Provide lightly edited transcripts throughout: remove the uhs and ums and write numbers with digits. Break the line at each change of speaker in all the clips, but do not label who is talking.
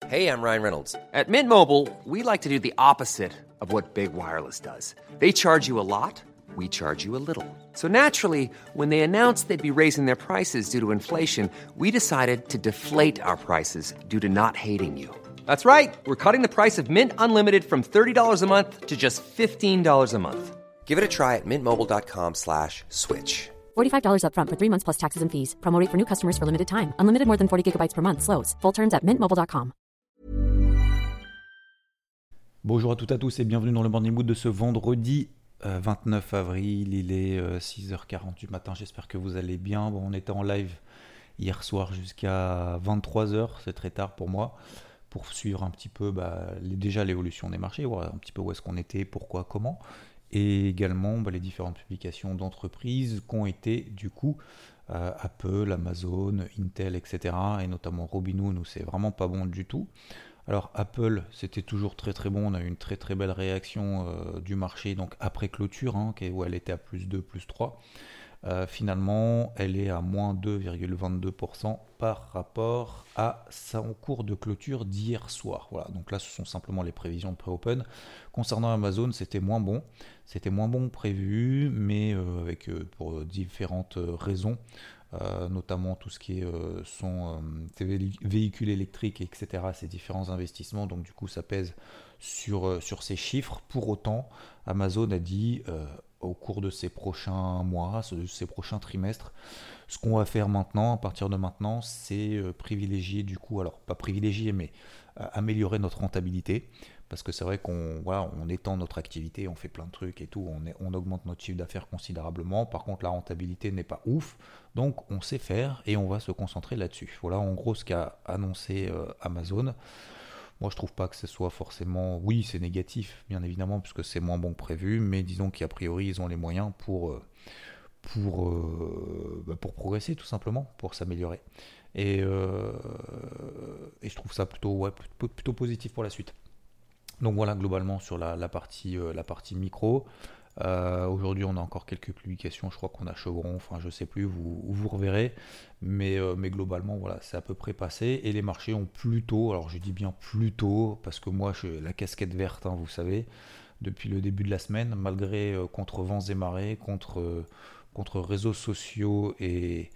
Hey, I'm Ryan Reynolds. At Mint Mobile, we like to do the opposite of what Big Wireless does. They charge you a lot, we charge you a little. So naturally, when they announced they'd be raising their prices due to inflation, we decided to deflate our prices due to not hating you. That's right. We're cutting the price of Mint Unlimited from $30 a month to just $15 a month. Give it a try at mintmobile.com/switch.
$45 up front for 3 months plus taxes and fees. Promo rate for new customers for limited time. Unlimited more than 40 gigabytes per month. Slows full terms at mintmobile.com.
Bonjour à toutes et à tous et bienvenue dans le Morning Mood de ce vendredi 29 avril. Il est 6h40 du matin, j'espère que vous allez bien. Bon, on était en live hier soir jusqu'à 23h, c'est très tard pour moi, pour suivre un petit peu déjà l'évolution des marchés, voir un petit peu où est-ce qu'on était, pourquoi, comment, et également les différentes publications d'entreprises qui ont été du coup Apple, Amazon, Intel, etc. et notamment Robinhood où c'est vraiment pas bon du tout. Alors Apple, c'était toujours très très bon, on a eu une très très belle réaction du marché donc après clôture, où elle était à plus 2, plus 3. Finalement, elle est à moins 2,22% par rapport à son cours de clôture d'hier soir. Voilà, donc là ce sont simplement les prévisions de pré-open. Concernant Amazon, c'était moins bon prévu, mais pour différentes raisons. Notamment tout ce qui est véhicules électriques, etc., ces différents investissements, donc du coup ça pèse sur ces chiffres. Pour autant, Amazon a dit au cours de ces prochains mois, ces prochains trimestres, ce qu'on va faire maintenant, à partir de maintenant, c'est privilégier du coup, alors pas privilégier, mais améliorer notre rentabilité. Parce que c'est vrai qu'on étend notre activité, on fait plein de trucs et tout, on augmente notre chiffre d'affaires considérablement. Par contre, la rentabilité n'est pas ouf, donc on sait faire et on va se concentrer là-dessus. Voilà en gros ce qu'a annoncé Amazon. Moi, je trouve pas que ce soit forcément... Oui, c'est négatif, bien évidemment, puisque c'est moins bon que prévu, mais disons qu'a priori, ils ont les moyens pour progresser, tout simplement, pour s'améliorer. Et je trouve ça plutôt positif pour la suite. Donc voilà globalement sur la partie micro. Aujourd'hui on a encore quelques publications, je crois qu'on a Chevron, enfin je sais plus, vous reverrez. Mais globalement voilà, c'est à peu près passé. Et les marchés ont plutôt, alors je dis bien plutôt, parce que moi je la casquette verte, vous savez, depuis le début de la semaine, malgré contre vents et marées, contre réseaux sociaux et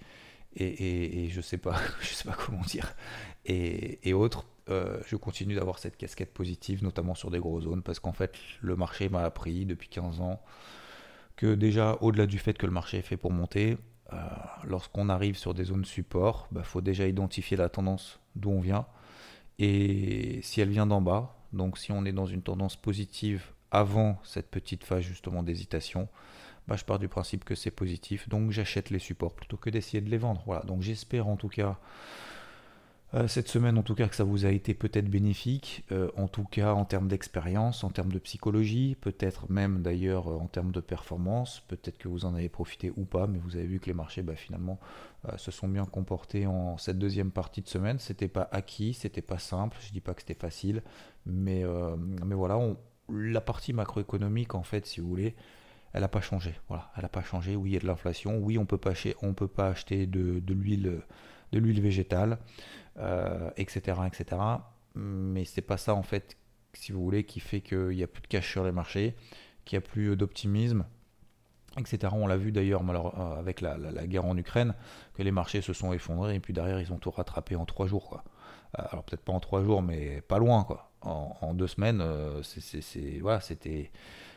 je sais pas comment dire, et autres. Je continue d'avoir cette casquette positive, notamment sur des grosses zones, parce qu'en fait, le marché m'a appris depuis 15 ans que déjà, au-delà du fait que le marché est fait pour monter, lorsqu'on arrive sur des zones support, faut déjà identifier la tendance d'où on vient, et si elle vient d'en bas, donc si on est dans une tendance positive avant cette petite phase justement d'hésitation, je pars du principe que c'est positif, donc j'achète les supports plutôt que d'essayer de les vendre. Voilà, donc j'espère en tout cas cette semaine, en tout cas, que ça vous a été peut-être bénéfique, en tout cas en termes d'expérience, en termes de psychologie, peut-être même d'ailleurs en termes de performance, peut-être que vous en avez profité ou pas, mais vous avez vu que les marchés finalement se sont bien comportés en cette deuxième partie de semaine. C'était pas acquis, c'était pas simple, je dis pas que c'était facile, mais voilà, la partie macroéconomique en fait, si vous voulez, elle n'a pas changé. Voilà, elle n'a pas changé. Oui, il y a de l'inflation. Oui, on peut pas acheter de l'huile végétale, etc., etc. Mais c'est pas ça en fait, si vous voulez, qui fait qu'il n'y a plus de cash sur les marchés, qu'il n'y a plus d'optimisme, etc. On l'a vu d'ailleurs avec la guerre en Ukraine, que les marchés se sont effondrés et puis derrière ils ont tout rattrapé en 3 jours, quoi. Alors peut-être pas en 3 jours, mais pas loin, quoi. En 2 semaines, c'était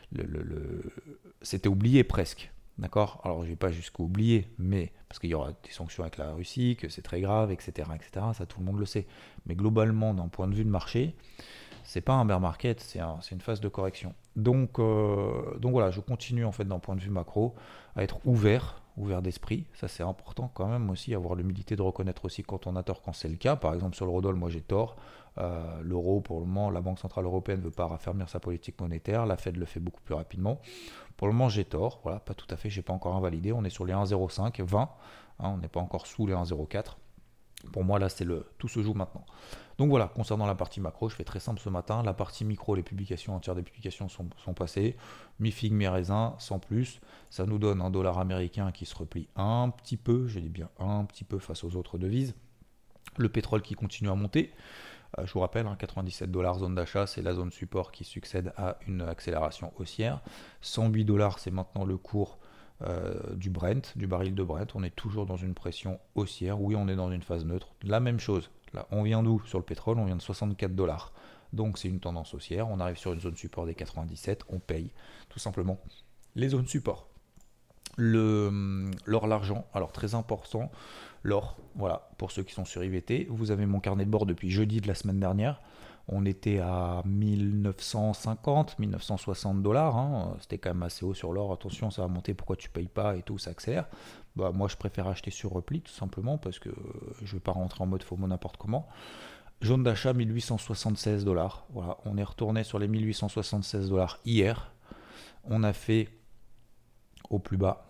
c'était oublié presque. D'accord. Alors je vais pas jusqu'à oublier, mais parce qu'il y aura des sanctions avec la Russie, que c'est très grave, etc., etc. Ça tout le monde le sait. Mais globalement, d'un point de vue de marché, c'est pas un bear market, c'est une phase de correction. Donc voilà, je continue en fait d'un point de vue macro à être ouvert d'esprit. Ça c'est important quand même aussi, avoir l'humilité de reconnaître aussi quand on a tort, quand c'est le cas. Par exemple sur l'eurodoll, moi j'ai tort. L'euro pour le moment, la Banque Centrale Européenne ne veut pas raffermir sa politique monétaire, la Fed le fait beaucoup plus rapidement. Pour le moment j'ai tort, voilà, pas tout à fait, j'ai pas encore invalidé, on est sur les 1,05, 20, on n'est pas encore sous les 1,04. Pour moi là tout se joue maintenant. Donc voilà, concernant la partie macro, je fais très simple ce matin. La partie micro, les publications, un tiers des publications sont passées. Mi-figue, mi-raisin, sans plus. Ça nous donne un dollar américain qui se replie un petit peu, je dis bien un petit peu face aux autres devises. Le pétrole qui continue à monter. Je vous rappelle, 97$ zone d'achat, c'est la zone support qui succède à une accélération haussière. 108$, c'est maintenant le cours du Brent, du baril de Brent. On est toujours dans une pression haussière. Oui, on est dans une phase neutre. La même chose. Là, on vient d'où sur le pétrole? On vient de 64$. Donc c'est une tendance haussière. On arrive sur une zone support des 97. On paye tout simplement les zones support. L'or, l'argent, alors très important, l'or, voilà, pour ceux qui sont sur IVT, vous avez mon carnet de bord depuis jeudi de la semaine dernière, on était à 1950, 1960$, hein. C'était quand même assez haut sur l'or, attention ça va monter, pourquoi tu payes pas et tout, ça accélère. Bah, moi je préfère acheter sur repli tout simplement parce que je ne vais pas rentrer en mode FOMO n'importe comment. Jaune d'achat 1876$, voilà, on est retourné sur les 1876$ hier, on a fait au plus bas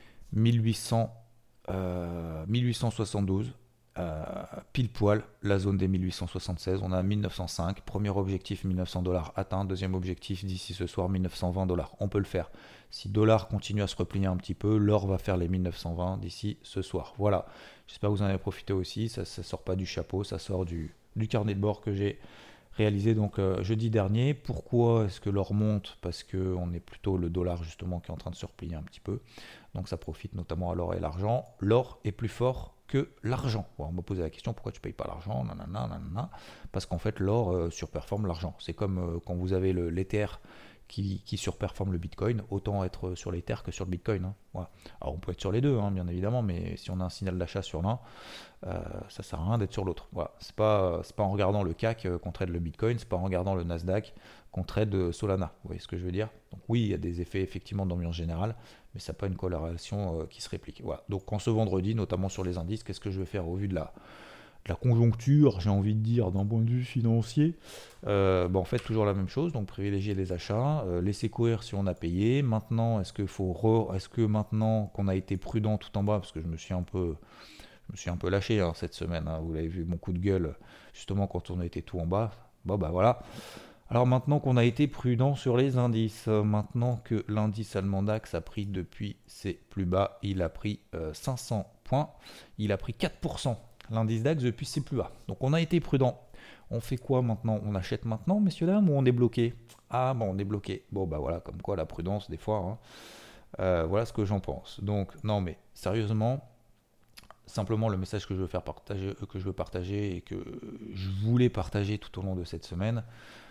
1872, pile poil la zone des 1876. On a 1905, premier objectif 1900$ atteint, deuxième objectif d'ici ce soir 1920$. On peut le faire. Si dollar continue à se replier un petit peu, l'or va faire les 1920 d'ici ce soir. Voilà, j'espère que vous en avez profité aussi. Ça sort pas du chapeau, ça sort du carnet de bord que j'ai réalisé donc jeudi dernier. Pourquoi est-ce que l'or monte? Parce qu'on est plutôt le dollar justement qui est en train de se replier un petit peu. Donc ça profite notamment à l'or et l'argent. L'or est plus fort que l'argent. Bon, on m'a posé la question pourquoi tu ne payes pas l'argent, nanana. Parce qu'en fait l'or surperforme l'argent. C'est comme quand vous avez l'Ether qui surperforme le Bitcoin, autant être sur l'Ether que sur le Bitcoin. Hein. Voilà. Alors on peut être sur les deux, hein, bien évidemment, mais si on a un signal d'achat sur l'un, ça sert à rien d'être sur l'autre. Voilà. C'est pas en regardant le CAC qu'on trade le Bitcoin, c'est pas en regardant le Nasdaq qu'on trade Solana. Vous voyez ce que je veux dire? Donc oui, il y a des effets effectivement d'ambiance générale, mais ça n'a pas une corrélation qui se réplique. Voilà. Donc en ce vendredi, notamment sur les indices, qu'est-ce que je vais faire au vu de la conjoncture, j'ai envie de dire, d'un point de vue financier? En fait, toujours la même chose, donc privilégier les achats, laisser courir si on a payé. Maintenant, est-ce que maintenant qu'on a été prudent tout en bas, parce que je me suis un peu lâché cette semaine, hein, vous l'avez vu, mon coup de gueule, justement quand on a été tout en bas, voilà. Alors maintenant qu'on a été prudent sur les indices, maintenant que l'indice allemand DAX a pris depuis ses plus bas, il a pris 500 points, il a pris 4%. L'indice DAX depuis ses plus bas. Donc on a été prudent. On fait quoi maintenant? On achète maintenant, messieurs, dames, ou on est bloqué? Ah bon, on est bloqué. Bon voilà, comme quoi la prudence des fois. Hein. Voilà ce que j'en pense. Donc non mais sérieusement, simplement le message que je veux partager et que je voulais partager tout au long de cette semaine.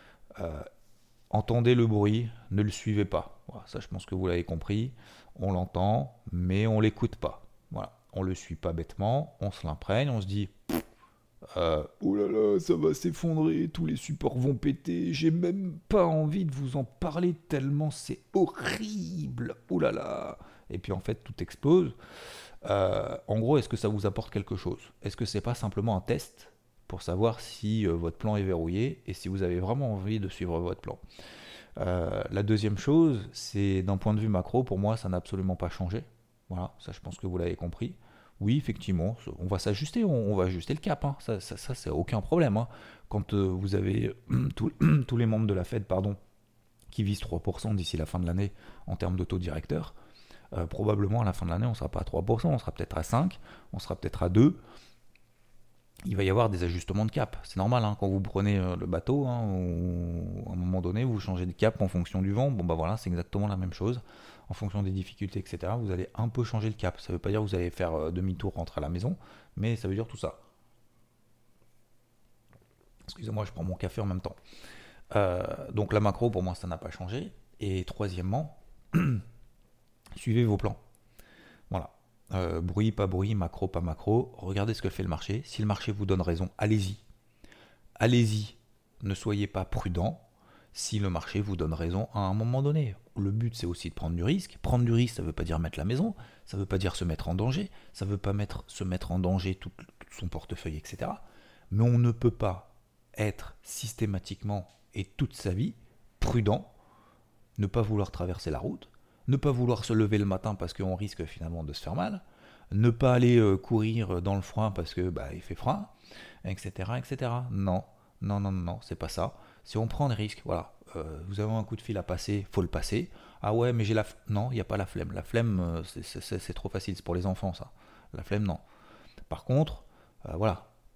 Entendez le bruit, ne le suivez pas. Voilà, ça je pense que vous l'avez compris. On l'entend, mais on l'écoute pas. Voilà. On le suit pas bêtement, on se l'imprègne, on se dit oh là là, ça va s'effondrer, tous les supports vont péter, j'ai même pas envie de vous en parler tellement c'est horrible, oh là là. Et puis en fait tout explose. En gros, est-ce que ça vous apporte quelque chose? Est-ce que c'est pas simplement un test pour savoir si votre plan est verrouillé et si vous avez vraiment envie de suivre votre plan? La deuxième chose, c'est d'un point de vue macro, pour moi ça n'a absolument pas changé. Voilà, ça je pense que vous l'avez compris. Oui, effectivement, on va s'ajuster, on va ajuster le cap. Hein. Ça c'est aucun problème. Hein. Quand vous avez tous les membres de la Fed, qui visent 3% d'ici la fin de l'année en termes de taux directeur, probablement à la fin de l'année, on ne sera pas à 3%, on sera peut-être à 5%, on sera peut-être à 2%. Il va y avoir des ajustements de cap. C'est normal, hein, quand vous prenez le bateau, hein, ou à un moment donné, vous changez de cap en fonction du vent. Voilà, c'est exactement la même chose. En fonction des difficultés, etc., vous allez un peu changer le cap. Ça ne veut pas dire que vous allez faire demi-tour, rentrer à la maison, mais ça veut dire tout ça. Excusez-moi, je prends mon café en même temps. Donc la macro, pour moi, ça n'a pas changé. Et troisièmement, suivez vos plans. Voilà. Bruit, pas bruit, macro, pas macro. Regardez ce que fait le marché. Si le marché vous donne raison, allez-y. Allez-y. Ne soyez pas prudent si le marché vous donne raison à un moment donné. Le but, c'est aussi de prendre du risque. Prendre du risque, ça ne veut pas dire mettre la maison. Ça ne veut pas dire se mettre en danger. Ça ne veut pas se mettre en danger tout son portefeuille, etc. Mais on ne peut pas être systématiquement et toute sa vie prudent, ne pas vouloir traverser la route, ne pas vouloir se lever le matin parce qu'on risque finalement de se faire mal, ne pas aller courir dans le froid parce que il fait froid, etc., etc. Non, c'est pas ça. Si on prend des risques, voilà, vous avez un coup de fil à passer, faut le passer. Ah ouais, mais non, il n'y a pas la flemme. La flemme, c'est trop facile, c'est pour les enfants ça. La flemme, non. Par contre, voilà,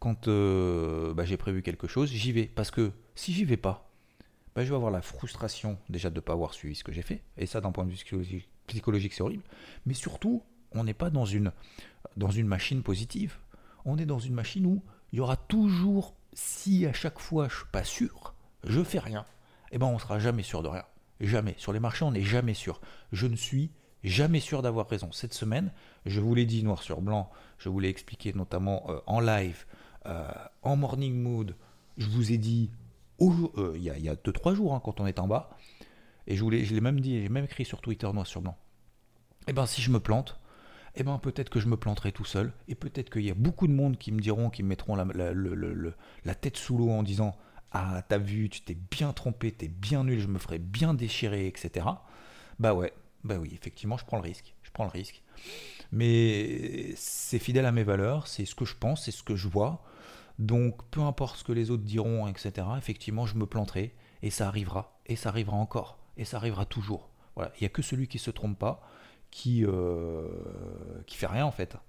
quand j'ai prévu quelque chose, j'y vais. Parce que si j'y vais pas, je vais avoir la frustration déjà de ne pas avoir suivi ce que j'ai fait. Et ça, d'un point de vue psychologique, c'est horrible. Mais surtout, on n'est pas dans une machine positive. On est dans une machine où il y aura toujours, si à chaque fois je ne suis pas sûr, je fais rien, on ne sera jamais sûr de rien. Jamais. Sur les marchés, on n'est jamais sûr. Je ne suis jamais sûr d'avoir raison. Cette semaine, je vous l'ai dit noir sur blanc, je vous l'ai expliqué notamment en live, en morning mood, je vous ai dit il y a 2-3 jours quand on est en bas, et je l'ai même dit, j'ai même écrit sur Twitter noir sur blanc. Si je me plante, peut-être que je me planterai tout seul, et peut-être qu'il y a beaucoup de monde qui me mettront la tête sous l'eau en disant « Ah, t'as vu, tu t'es bien trompé, t'es bien nul, je me ferai bien déchirer, etc. » Oui, effectivement, je prends le risque. Mais c'est fidèle à mes valeurs, c'est ce que je pense, c'est ce que je vois. Donc, peu importe ce que les autres diront, etc., effectivement, je me planterai, et ça arrivera encore, et ça arrivera toujours. Voilà, il n'y a que celui qui ne se trompe pas, qui fait rien en fait.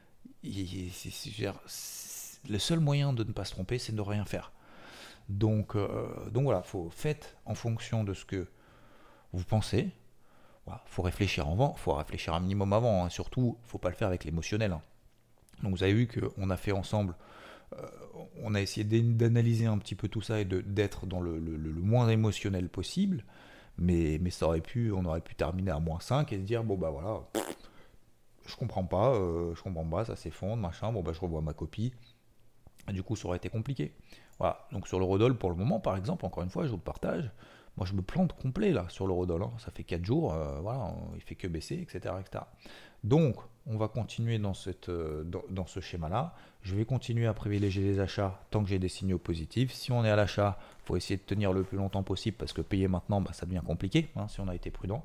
Le seul moyen de ne pas se tromper, c'est de ne rien faire. Donc voilà, faites en fonction de ce que vous pensez. Voilà, faut réfléchir un minimum avant. Surtout, faut pas le faire avec l'émotionnel. Donc vous avez vu qu'on a fait ensemble, on a essayé d'analyser un petit peu tout ça et d'être dans le moins émotionnel possible. Mais on aurait pu terminer à -5 et se dire voilà, je comprends pas, ça s'effondre, machin, je revois ma copie. Et du coup, ça aurait été compliqué. Voilà. Donc sur l'eurodoll, pour le moment, par exemple, encore une fois, je vous le partage. Moi, je me plante complet là sur l'eurodoll. Ça fait 4 jours, il fait que baisser, etc., etc. Donc, on va continuer dans ce schéma-là. Je vais continuer à privilégier les achats tant que j'ai des signaux positifs. Si on est à l'achat, il faut essayer de tenir le plus longtemps possible parce que payer maintenant, ça devient compliqué si on a été prudent.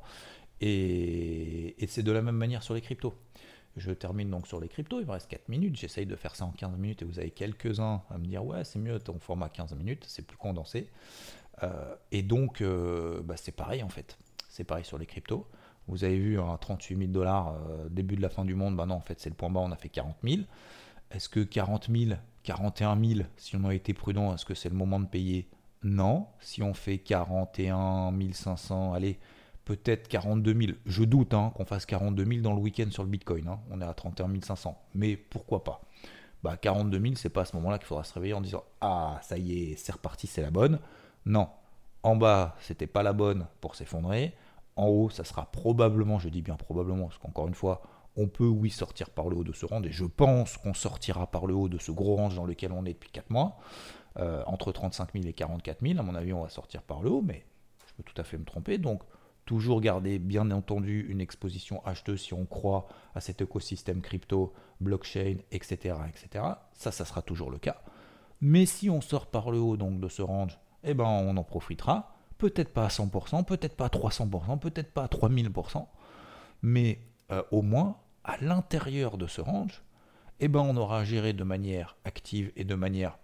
Et c'est de la même manière sur les cryptos. Je termine donc sur les cryptos, il me reste 4 minutes, j'essaye de faire ça en 15 minutes et vous avez quelques-uns à me dire ouais c'est mieux ton format 15 minutes, c'est plus condensé. Et donc c'est pareil en fait, c'est pareil sur les cryptos. Vous avez vu 38 000 $, début de la fin du monde, non en fait c'est le point bas, on a fait 40 000. Est-ce que 40 000, 41 000, si on a été prudent, est-ce que c'est le moment de payer? Non. Si on fait 41 500, allez, peut-être 42 000. Je doute qu'on fasse 42 000 dans le week-end sur le Bitcoin. On est à 31 500. Mais pourquoi pas? 42 000, c'est pas à ce moment-là qu'il faudra se réveiller en disant « Ah, ça y est, c'est reparti, c'est la bonne ». Non. En bas, c'était pas la bonne pour s'effondrer. En haut, ça sera probablement, je dis bien probablement, parce qu'encore une fois, on peut, oui, sortir par le haut de ce range, et je pense qu'on sortira par le haut de ce gros range dans lequel on est depuis 4 mois, entre 35 000 et 44 000, à mon avis, on va sortir par le haut, mais je peux tout à fait me tromper, donc toujours garder, bien entendu, une exposition acheteuse si on croit à cet écosystème crypto, blockchain, etc., etc. Ça sera toujours le cas. Mais si on sort par le haut donc de ce range, on en profitera, peut-être pas à 100%, peut-être pas à 300%, peut-être pas à 3000%, mais au moins, à l'intérieur de ce range, on aura géré de manière active et de manière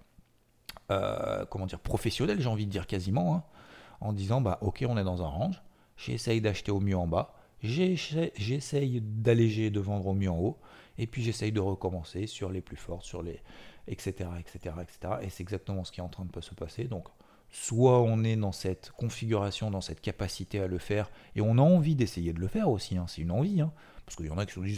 professionnelle, j'ai envie de dire quasiment, en disant ok, on est dans un range, j'essaye d'acheter au mieux en bas, j'essaye d'alléger et de vendre au mieux en haut, et puis j'essaye de recommencer sur les plus fortes, sur les etc., etc., etc. Et c'est exactement ce qui est en train de se passer. Donc soit on est dans cette configuration, dans cette capacité à le faire, et on a envie d'essayer de le faire aussi, c'est une envie, parce qu'il y en a qui se disent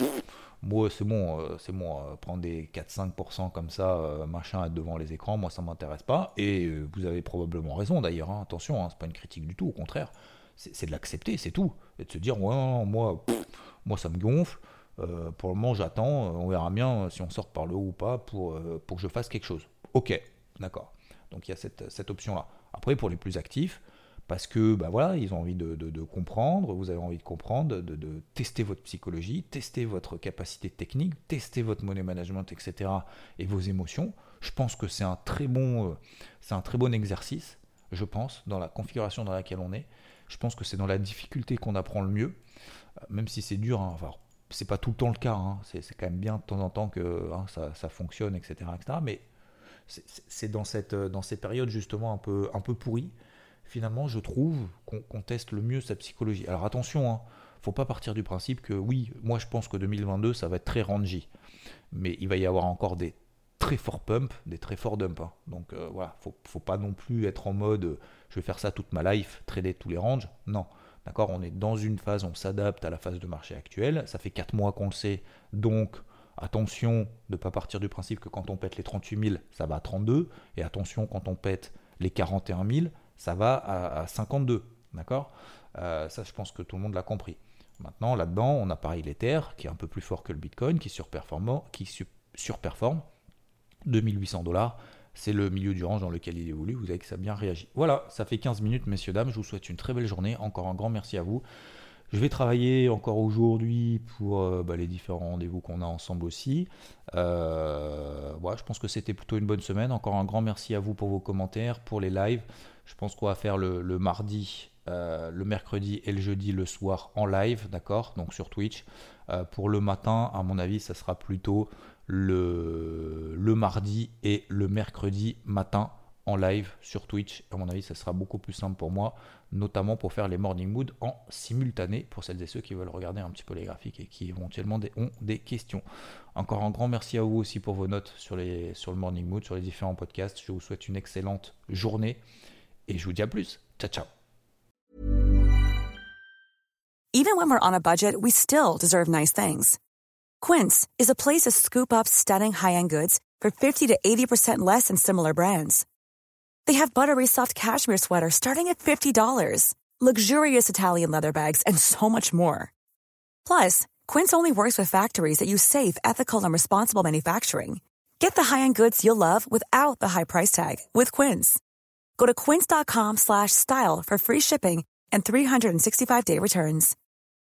moi c'est bon, prendre des 4-5% comme ça, machin, être devant les écrans, moi ça m'intéresse pas, et vous avez probablement raison d'ailleurs, attention, c'est pas une critique du tout, au contraire, c'est de l'accepter, c'est tout, et de se dire ouais, non, moi ça me gonfle, pour le moment j'attends, on verra bien si on sort par le haut ou pas pour que je fasse quelque chose. Ok, d'accord. Donc il y a cette option-là. Après, pour les plus actifs, parce que ils ont envie de comprendre, vous avez envie de comprendre, de tester votre psychologie, tester votre capacité technique, tester votre money management, etc. et vos émotions. Je pense que c'est un très bon exercice, je pense, dans la configuration dans laquelle on est. Je pense que c'est dans la difficulté qu'on apprend le mieux, même si c'est dur. Enfin, c'est pas tout le temps le cas. C'est quand même bien de temps en temps que ça fonctionne, etc., etc. Mais c'est dans ces périodes justement un peu pourries, finalement, je trouve qu'on teste le mieux sa psychologie. Alors attention, faut pas partir du principe que oui, moi je pense que 2022 ça va être très rangy, mais il va y avoir encore des très forts pumps, des très forts dumps. Hein. Donc voilà, faut pas non plus être en mode je vais faire ça toute ma life, trader tous les ranges. Non, d'accord, on est dans une phase, on s'adapte à la phase de marché actuelle. Ça fait 4 mois qu'on le sait, donc attention de ne pas partir du principe que quand on pète les 38 000, ça va à 32, et attention quand on pète les 41 000, ça va à 52, d'accord. Ça, je pense que tout le monde l'a compris. Maintenant, là-dedans, on a pareil l'Ether, qui est un peu plus fort que le Bitcoin, qui surperforme, 2800 $. C'est le milieu du range dans lequel il évolue. Vous avez que ça a bien réagi. Voilà, ça fait 15 minutes, messieurs, dames. Je vous souhaite une très belle journée. Encore un grand merci à vous. Je vais travailler encore aujourd'hui pour les différents rendez-vous qu'on a ensemble aussi. Je pense que c'était plutôt une bonne semaine. Encore un grand merci à vous pour vos commentaires, pour les lives. Je pense qu'on va faire le mardi, le mercredi et le jeudi le soir en live, d'accord, donc sur Twitch. Pour le matin, à mon avis, ça sera plutôt le mardi et le mercredi matin en live sur Twitch. À mon avis, ça sera beaucoup plus simple pour moi, notamment pour faire les morning mood en simultané pour celles et ceux qui veulent regarder un petit peu les graphiques et qui éventuellement ont des questions. Encore un grand merci à vous aussi pour vos notes sur le morning mood, sur les différents podcasts. Je vous souhaite une excellente journée et je vous dis à plus. Ciao, ciao.
Even when we're on a budget, we still deserve nice things. Quince is a place to scoop up stunning high-end goods for 50 to 80% less than similar brands. They have buttery soft cashmere sweaters starting at $50, luxurious Italian leather bags, and so much more. Plus, Quince only works with factories that use safe, ethical, and responsible manufacturing. Get the high-end goods you'll love without the high price tag with Quince. Go to quince.com/style for free shipping and 365-day returns.